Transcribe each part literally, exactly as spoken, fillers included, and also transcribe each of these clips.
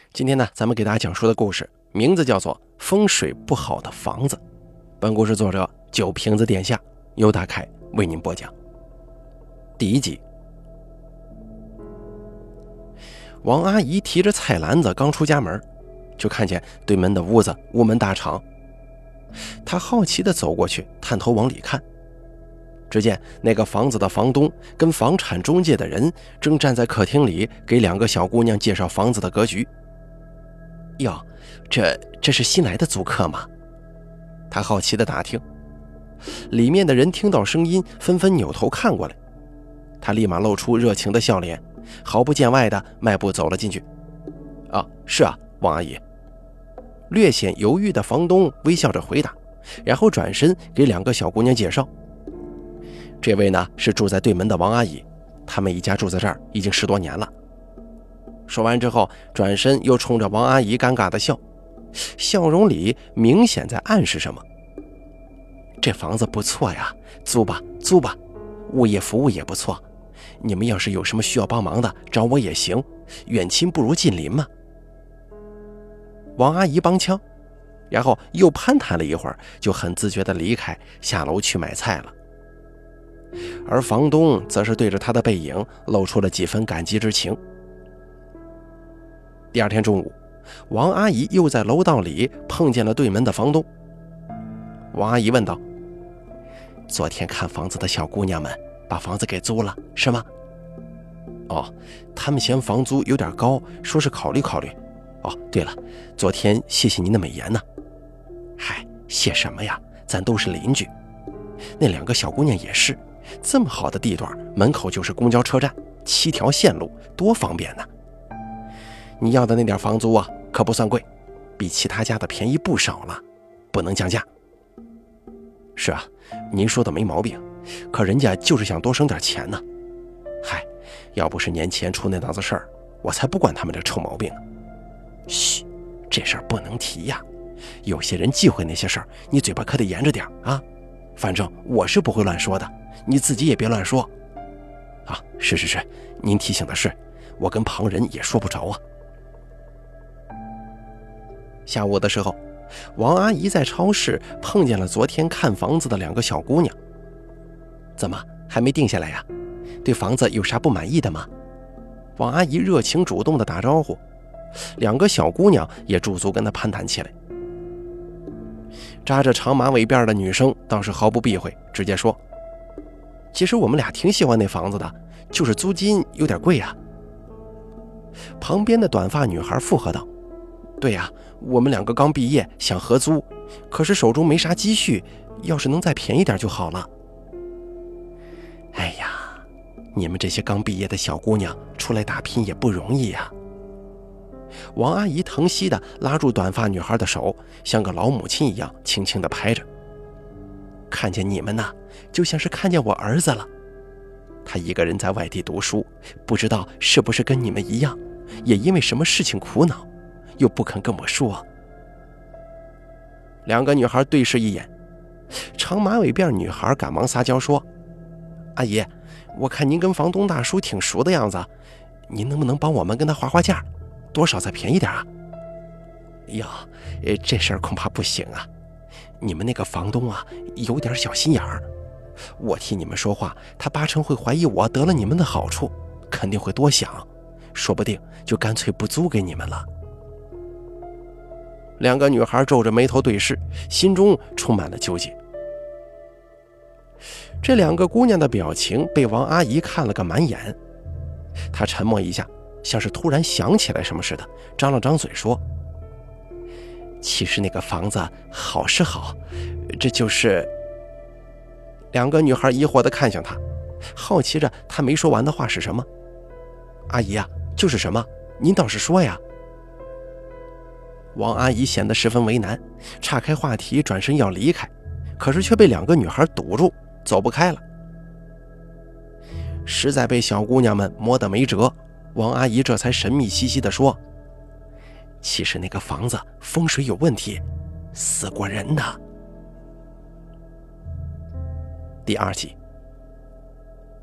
今天呢，咱们给大家讲述的故事名字叫做《风水不好的房子》。本故事作者九瓶子殿下由大凯为您播讲。第一集，王阿姨提着菜篮子刚出家门，就看见对门的屋子屋门大敞。她好奇地走过去，探头往里看，只见那个房子的房东跟房产中介的人正站在客厅里给两个小姑娘介绍房子的格局。哟，这这是新来的租客吗？他好奇地打听。里面的人听到声音，纷纷扭头看过来。他立马露出热情的笑脸，毫不见外地迈步走了进去。啊，是啊，王阿姨。略显犹豫的房东微笑着回答，然后转身给两个小姑娘介绍。这位呢，是住在对门的王阿姨，他们一家住在这儿已经十多年了。说完之后，转身又冲着王阿姨尴尬地笑，笑容里明显在暗示什么。这房子不错呀，租吧租吧，物业服务也不错，你们要是有什么需要帮忙的，找我也行，远亲不如近邻嘛。王阿姨帮腔，然后又攀谈了一会儿，就很自觉地离开，下楼去买菜了。而房东则是对着他的背影露出了几分感激之情。第二天中午，王阿姨又在楼道里碰见了对门的房东。王阿姨问道：昨天看房子的小姑娘们把房子给租了是吗？哦，他们嫌房租有点高，说是考虑考虑。哦，对了，昨天谢谢您的美言呢。嗨，谢什么呀，咱都是邻居。那两个小姑娘也是，这么好的地段，门口就是公交车站，七条线路，多方便呢。你要的那点房租啊，可不算贵，比其他家的便宜不少了，不能降价。是啊，您说的没毛病，可人家就是想多省点钱呢。嗨，要不是年前出那档子事儿，我才不管他们这臭毛病呢。嘘，这事儿不能提呀，有些人忌讳那些事儿，你嘴巴可得严着点啊。反正我是不会乱说的，你自己也别乱说。啊，是是是，您提醒的是，我跟旁人也说不着啊。下午的时候，王阿姨在超市碰见了昨天看房子的两个小姑娘。怎么还没定下来呀？对房子有啥不满意的吗？王阿姨热情主动地打招呼，两个小姑娘也驻足跟她攀谈起来。扎着长马尾辫的女生倒是毫不避讳，直接说：其实我们俩挺喜欢那房子的，就是租金有点贵啊。旁边的短发女孩附和道：对呀，我们两个刚毕业想合租，可是手中没啥积蓄，要是能再便宜点就好了。哎呀，你们这些刚毕业的小姑娘出来打拼也不容易呀。王阿姨疼惜地拉住短发女孩的手，像个老母亲一样轻轻地拍着。看见你们呢，就像是看见我儿子了。他一个人在外地读书，不知道是不是跟你们一样，也因为什么事情苦恼，又不肯跟我说。两个女孩对视一眼，长马尾辫女孩赶忙撒娇说：阿姨，我看您跟房东大叔挺熟的样子，您能不能帮我们跟他划划价，多少再便宜点啊？呀，这事儿恐怕不行啊，你们那个房东啊，有点小心眼儿，我替你们说话，他八成会怀疑我得了你们的好处，肯定会多想，说不定就干脆不租给你们了。两个女孩皱着眉头对视，心中充满了纠结。这两个姑娘的表情被王阿姨看了个满眼，她沉默一下，像是突然想起来什么似的，张了张嘴说：其实那个房子好是好，这就是……两个女孩疑惑地看向她，好奇着她没说完的话是什么。阿姨呀，就是什么？您倒是说呀。王阿姨显得十分为难，岔开话题转身要离开，可是却被两个女孩堵住，走不开了。实在被小姑娘们磨得没辙，王阿姨这才神秘兮兮地说：其实那个房子风水有问题，死过人的。第二集，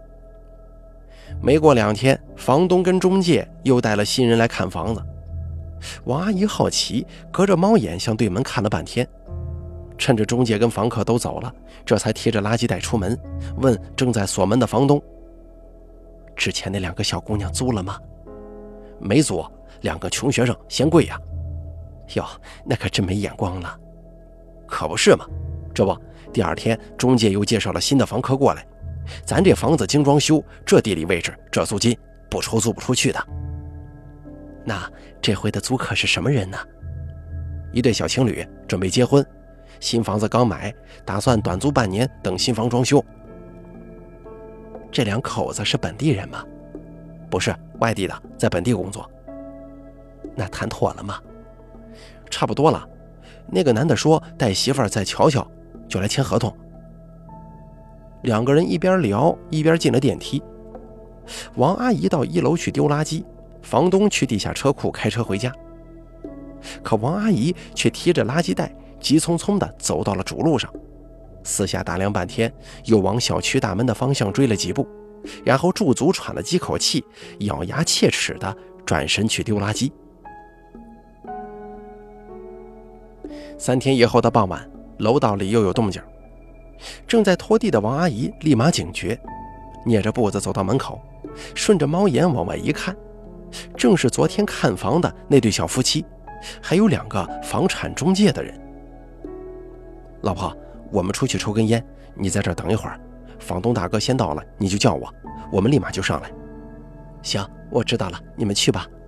没过两天，房东跟中介又带了新人来看房子。 王阿姨好奇，隔着猫眼向对门看了半天，趁着中介跟房客都走了，这才提着垃圾袋出门，问正在锁门的房东：之前那两个小姑娘租了吗？没租，两个穷学生嫌贵呀。哟，那可真没眼光了。可不是嘛，这不，第二天中介又介绍了新的房客过来，咱这房子精装修，这地理位置，这租金不抽租不出去的。那这回的租客是什么人呢？一对小情侣，准备结婚，新房子刚买，打算短租半年，等新房装修。这两口子是本地人吗？不是，外地的，在本地工作。那谈妥了吗？差不多了，那个男的说带媳妇儿再瞧瞧，就来签合同。两个人一边聊一边进了电梯。王阿姨到一楼去丢垃圾，房东去地下车库开车回家。可王阿姨却提着垃圾袋急匆匆地走到了主路上，四下打量半天，又往小区大门的方向追了几步，然后驻足喘了几口气，咬牙切齿地转身去丢垃圾。三天以后的傍晚，楼道里又有动静，正在拖地的王阿姨立马警觉，蹑着步子走到门口，顺着猫眼往外一看，正是昨天看房的那对小夫妻，还有两个房产中介的人。老婆，我们出去抽根烟，你在这儿等一会儿，房东大哥先到了你就叫我，我们立马就上来。行，我知道了，你们去吧。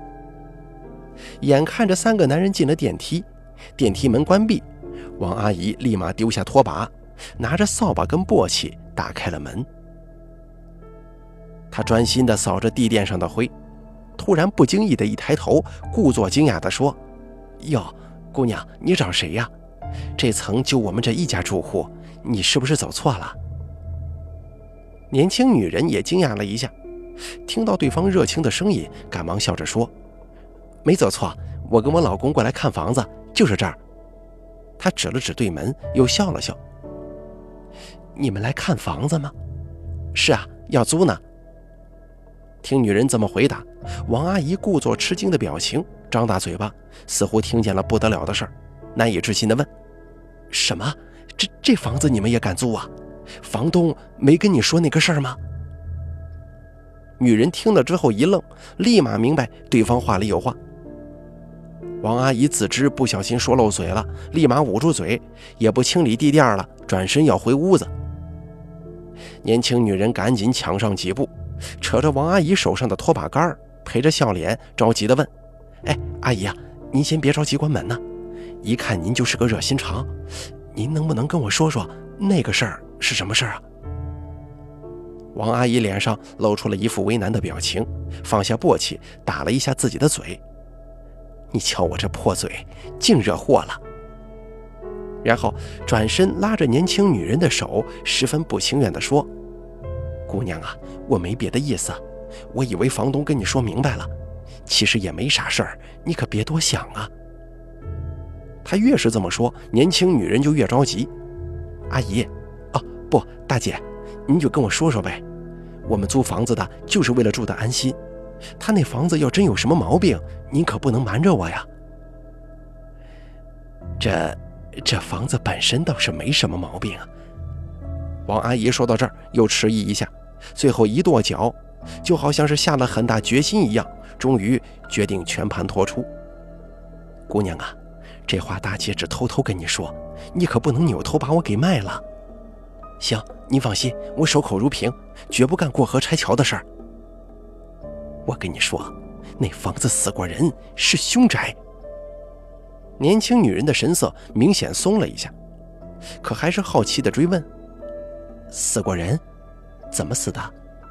眼看着三个男人进了电梯，电梯门关闭，王阿姨立马丢下拖把，拿着扫把跟簸箕打开了门。她专心地扫着地垫上的灰，突然不经意地一抬头，故作惊讶地说：哟，姑娘，你找谁呀？这层就我们这一家住户，你是不是走错了？年轻女人也惊讶了一下，听到对方热情的声音，赶忙笑着说：没走错，我跟我老公过来看房子，就是这儿。她指了指对门，又笑了笑。你们来看房子吗？是啊，要租呢。听女人这么回答，王阿姨故作吃惊的表情，张大嘴巴，似乎听见了不得了的事儿，难以置信地问：什么？这这房子你们也敢租啊？房东没跟你说那个事儿吗？女人听了之后一愣，立马明白对方话里有话。王阿姨自知不小心说漏嘴了，立马捂住嘴，也不清理地垫了，转身要回屋子。年轻女人赶紧抢上几步，扯着王阿姨手上的拖把杆，陪着笑脸着急地问：哎，阿姨啊，您先别着急关门呢，一看您就是个热心肠，您能不能跟我说说那个事儿是什么事儿啊？王阿姨脸上露出了一副为难的表情，放下簸箕，打了一下自己的嘴。你瞧我这破嘴，净惹祸了。然后转身拉着年轻女人的手，十分不情愿地说：姑娘啊，我没别的意思，我以为房东跟你说明白了，其实也没啥事儿，你可别多想啊。他越是这么说，年轻女人就越着急。阿姨，哦不，大姐，您就跟我说说呗，我们租房子的就是为了住得安心，他那房子要真有什么毛病，您可不能瞒着我呀。这这房子本身倒是没什么毛病啊。王阿姨说到这儿又迟疑一下，最后一跺脚，就好像是下了很大决心一样，终于决定全盘托出。姑娘啊，这话大姐只偷偷跟你说，你可不能扭头把我给卖了。行，您放心，我守口如瓶，绝不干过河拆桥的事儿。我跟你说，那房子死过人，是凶宅。年轻女人的神色明显松了一下，可还是好奇地追问：死过人？怎么死的？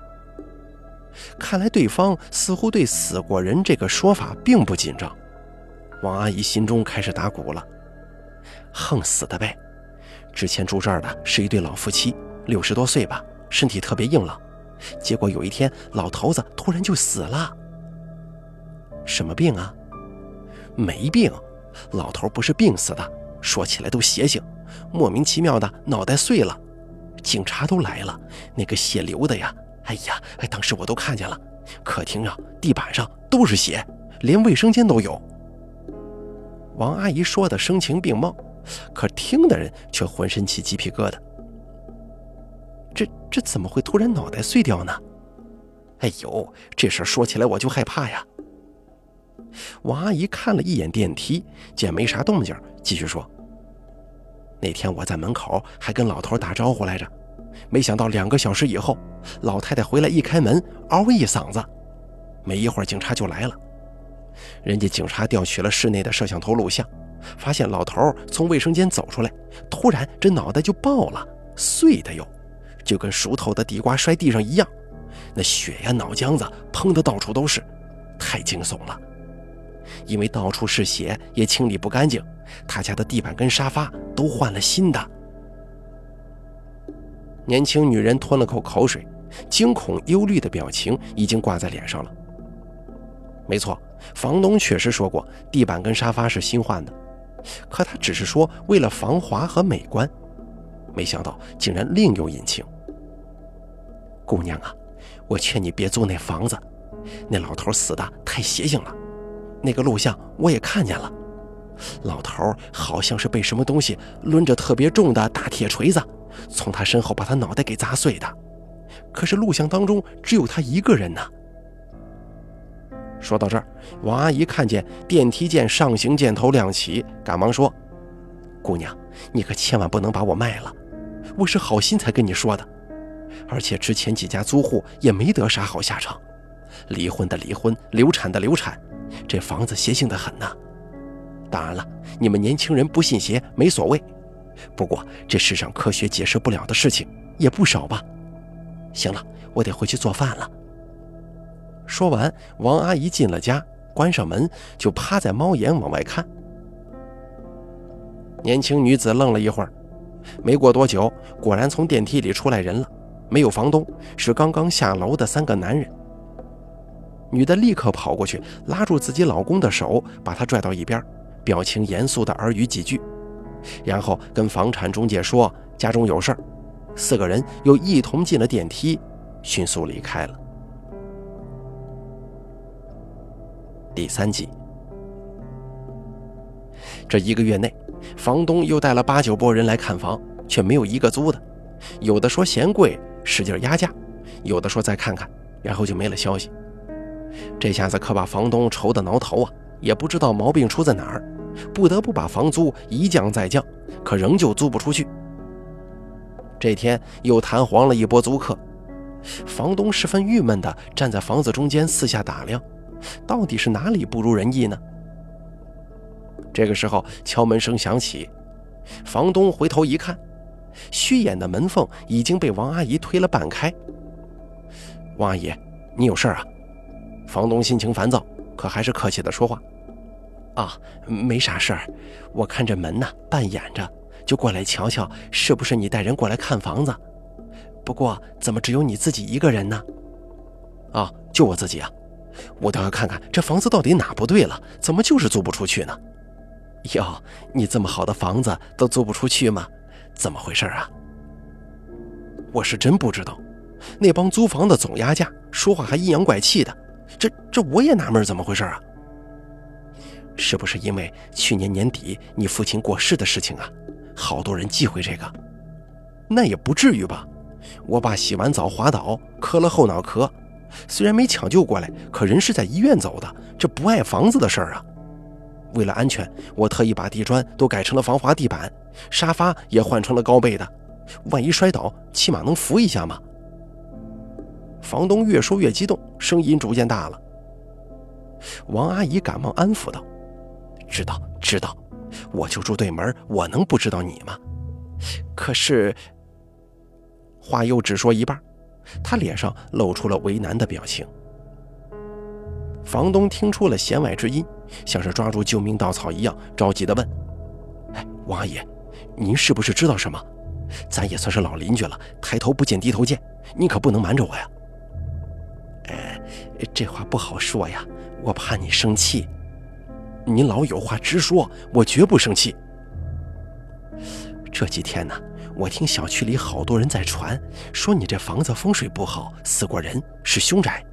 看来对方似乎对死过人这个说法并不紧张。王阿姨心中开始打鼓了，横死的呗。之前住这儿的是一对老夫妻，六十多岁吧，身体特别硬朗，结果有一天老头子突然就死了。什么病啊？没病，老头不是病死的，说起来都邪性，莫名其妙的脑袋碎了，警察都来了，那个血流的呀，哎呀，当时我都看见了，客厅上地板上都是血， 连卫生间都有。王阿姨说的声情并茂，可听的人却浑身起鸡皮疙瘩。这这怎么会突然脑袋碎掉呢？哎呦，这事说起来我就害怕呀。王阿姨看了一眼电梯，见没啥动静，继续说：那天我在门口还跟老头打招呼来着，没想到两个小时以后，老太太回来一开门，嗷一嗓子，没一会儿警察就来了。人家警察调取了室内的摄像头录像，发现老头从卫生间走出来，突然这脑袋就爆了，碎的哟，就跟熟透的地瓜摔地上一样，那血呀脑浆子喷得到处都是，太惊悚了。因为到处是血也清理不干净，他家的地板跟沙发都换了新的。年轻女人吞了口口水，惊恐忧虑的表情已经挂在脸上了。没错，房东确实说过地板跟沙发是新换的，可他只是说为了防滑和美观，没想到竟然另有隐情。姑娘啊，我劝你别租那房子，那老头死的太邪性了，那个录像我也看见了，老头好像是被什么东西抡着特别重的大铁锤子从他身后把他脑袋给砸碎的，可是录像当中只有他一个人呢。说到这儿，王阿姨看见电梯键上行箭头亮起，赶忙说：姑娘，你可千万不能把我卖了，我是好心才跟你说的，而且之前几家租户也没得啥好下场，离婚的离婚，流产的流产，这房子邪性的很呐。当然了，你们年轻人不信邪没所谓，不过这世上科学解释不了的事情也不少吧。行了，我得回去做饭了。说完，王阿姨进了家，关上门就趴在猫眼往外看。年轻女子愣了一会儿，没过多久，果然从电梯里出来人了，没有房东，是刚刚下楼的三个男人。女的立刻跑过去，拉住自己老公的手，把他拽到一边，表情严肃地耳语几句，然后跟房产中介说家中有事儿。四个人又一同进了电梯，迅速离开了。第三集，这一个月内，房东又带了八九拨人来看房，却没有一个租的，有的说嫌贵使劲压价，有的说再看看，然后就没了消息。这下子可把房东愁得挠头啊，也不知道毛病出在哪儿，不得不把房租一降再降，可仍旧租不出去。这天又弹簧了一波租客，房东十分郁闷地站在房子中间四下打量，到底是哪里不如人意呢？这个时候敲门声响起，房东回头一看，虚掩的门缝已经被王阿姨推了半开。王阿姨，你有事啊？房东心情烦躁，可还是客气地说话。啊，没啥事儿，我看这门呢半掩着，就过来瞧瞧是不是你带人过来看房子。不过怎么只有你自己一个人呢？啊，就我自己啊，我倒要看看这房子到底哪不对了，怎么就是租不出去呢？哟，你这么好的房子都租不出去吗？怎么回事啊？我是真不知道，那帮租房的总压价，说话还阴阳怪气的，这这我也纳闷怎么回事啊？是不是因为去年年底你父亲过世的事情啊？好多人忌讳这个。那也不至于吧，我爸洗完澡滑倒，磕了后脑壳，虽然没抢救过来，可人是在医院走的，这不碍房子的事儿啊。为了安全，我特意把地砖都改成了防滑地板，沙发也换成了高背的，万一摔倒起码能扶一下嘛。房东越说越激动，声音逐渐大了。王阿姨赶忙安抚道：知道知道，我就住对门，我能不知道你吗？可是话又只说一半，他脸上露出了为难的表情。房东听出了弦外之音，像是抓住救命稻草一样，着急地问：哎，王阿姨，您是不是知道什么？咱也算是老邻居了，抬头不见低头见，你可不能瞒着我呀。哎，这话不好说呀，我怕你生气。您老有话直说，我绝不生气。这几天呢，我听小区里好多人在传，说你这房子风水不好，死过人，是凶宅。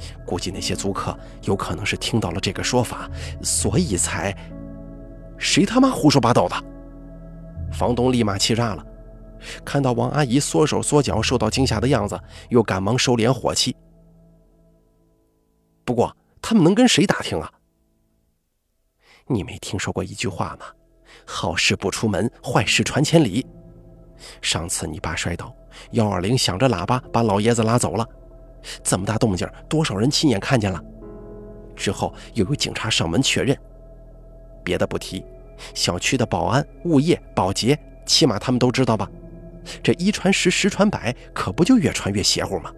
估计那些租客有可能是听到了这个说法，所以才……谁他妈胡说八道的？房东立马气炸了，看到王阿姨缩手缩脚受到惊吓的样子，又赶忙收敛火气。不过他们能跟谁打听啊？你没听说过一句话吗？好事不出门，坏事传千里。上次你爸摔倒，一二零响着喇叭把老爷子拉走了，这么大动静，多少人亲眼看见了？之后又有警察上门确认。别的不提，小区的保安、物业、保洁，起码他们都知道吧？这一传十，十传百，可不就越传越邪乎吗？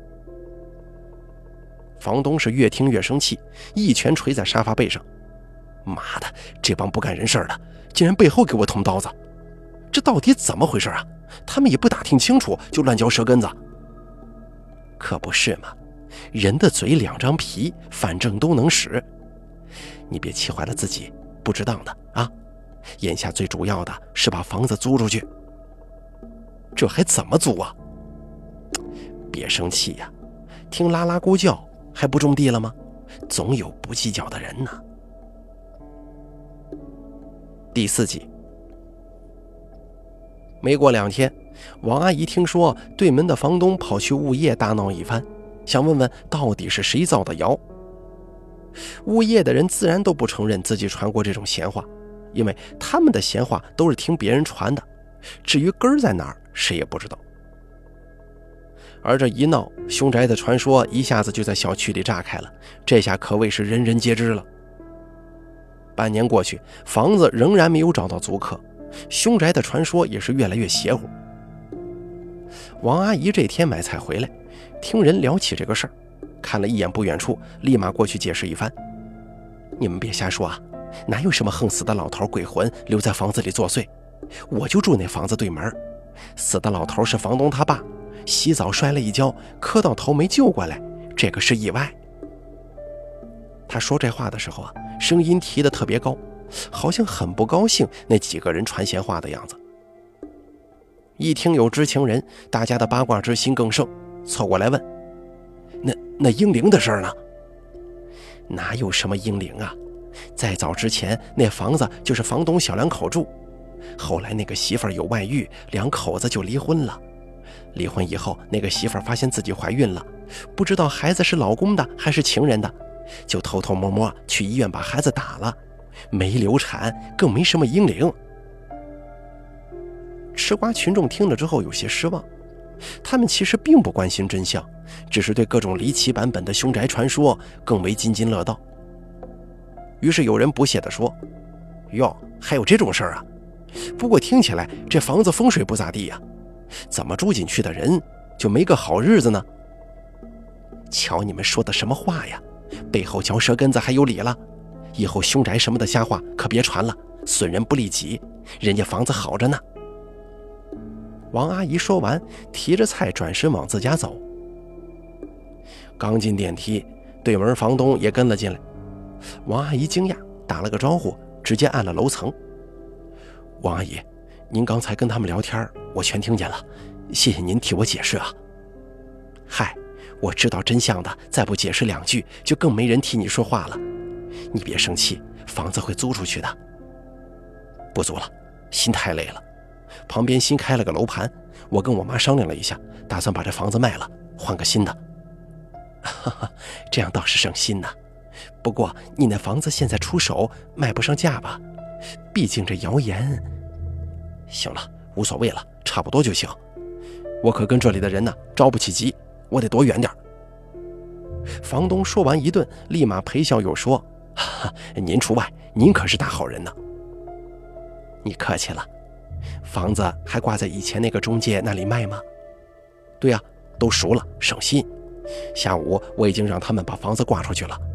房东是越听越生气，一拳捶在沙发背上。妈的，这帮不干人事的，竟然背后给我捅刀子，这到底怎么回事啊？他们也不打听清楚就乱嚼舌根子。可不是嘛，人的嘴两张皮，反正都能使。你别气坏了自己，不值当的啊！眼下最主要的是把房子租出去。这还怎么租啊？别生气呀，听啦啦咕叫还不种地了吗？总有不计较的人呢。第四集。没过两天，王阿姨听说对门的房东跑去物业大闹一番，想问问到底是谁造的谣。物业的人自然都不承认自己传过这种闲话，因为他们的闲话都是听别人传的，至于根儿在哪儿，谁也不知道。而这一闹，凶宅的传说一下子就在小区里炸开了，这下可谓是人人皆知了。半年过去，房子仍然没有找到租客，凶宅的传说也是越来越邪乎。王阿姨这天买菜回来，听人聊起这个事儿，看了一眼不远处，立马过去解释一番。你们别瞎说啊，哪有什么横死的老头鬼魂留在房子里作祟？我就住那房子对门，死的老头是房东他爸，洗澡摔了一跤，磕到头没救过来，这个是意外。他说这话的时候啊，声音提得特别高，好像很不高兴那几个人传闲话的样子。一听有知情人，大家的八卦之心更盛，凑过来问：那那婴灵的事儿呢？哪有什么婴灵啊？再早之前那房子就是房东小两口住，后来那个媳妇儿有外遇，两口子就离婚了。离婚以后，那个媳妇儿发现自己怀孕了，不知道孩子是老公的还是情人的，就偷偷摸摸去医院把孩子打了，没流产，更没什么婴灵。吃瓜群众听了之后有些失望，他们其实并不关心真相，只是对各种离奇版本的凶宅传说更为津津乐道。于是有人不屑地说：哟，还有这种事儿啊？不过听起来这房子风水不咋地呀，怎么住进去的人就没个好日子呢？瞧你们说的什么话呀，背后嚼舌根子还有理了？以后凶宅什么的瞎话可别传了，损人不利己，人家房子好着呢。王阿姨说完，提着菜转身往自家走。刚进电梯，对门房东也跟了进来。王阿姨惊讶，打了个招呼，直接按了楼层。王阿姨，您刚才跟他们聊天，我全听见了，谢谢您替我解释啊。嗨，我知道真相的，再不解释两句，就更没人替你说话了。你别生气，房子会租出去的。不租了，心太累了。旁边新开了个楼盘，我跟我妈商量了一下，打算把这房子卖了，换个新的。哈哈，这样倒是省心呐。不过你那房子现在出手卖不上价吧？毕竟这谣言……行了，无所谓了，差不多就行。我可跟这里的人呢着不起急，我得躲远点。房东说完一顿，立马陪笑又说：哈哈，您除外，您可是大好人呢。你客气了。房子还挂在以前那个中介那里卖吗？对呀、啊，都熟了，省心。下午我已经让他们把房子挂出去了。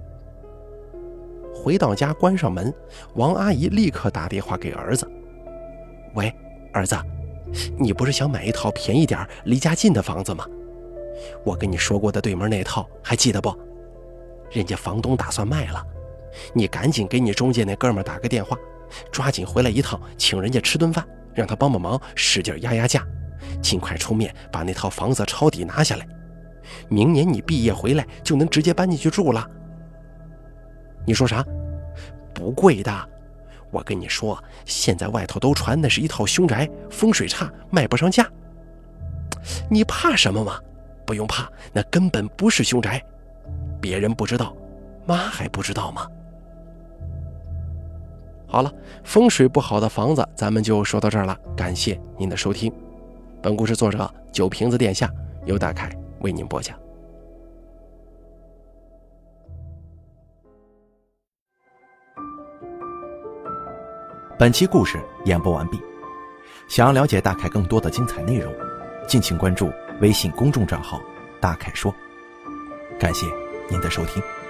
回到家关上门，王阿姨立刻打电话给儿子：喂，儿子，你不是想买一套便宜点离家近的房子吗？我跟你说过的对门那套还记得不？人家房东打算卖了，你赶紧给你中介那哥们打个电话，抓紧回来一趟，请人家吃顿饭，让他帮帮忙，使劲压压价，尽快出面把那套房子抄底拿下来。 明年你毕业回来就能直接搬进去住了。你说啥？不贵的，我跟你说，现在外头都传的是一套凶宅，风水差，卖不上价。你怕什么吗？不用怕，那根本不是凶宅，别人不知道，妈还不知道吗？好了，风水不好的房子咱们就说到这儿了，感谢您的收听。本故事作者九瓶子殿下，由大凯为您播讲。 本期故事演播完毕，想要了解大凯更多的精彩内容，敬请关注微信公众账号大凯说。感谢您的收听。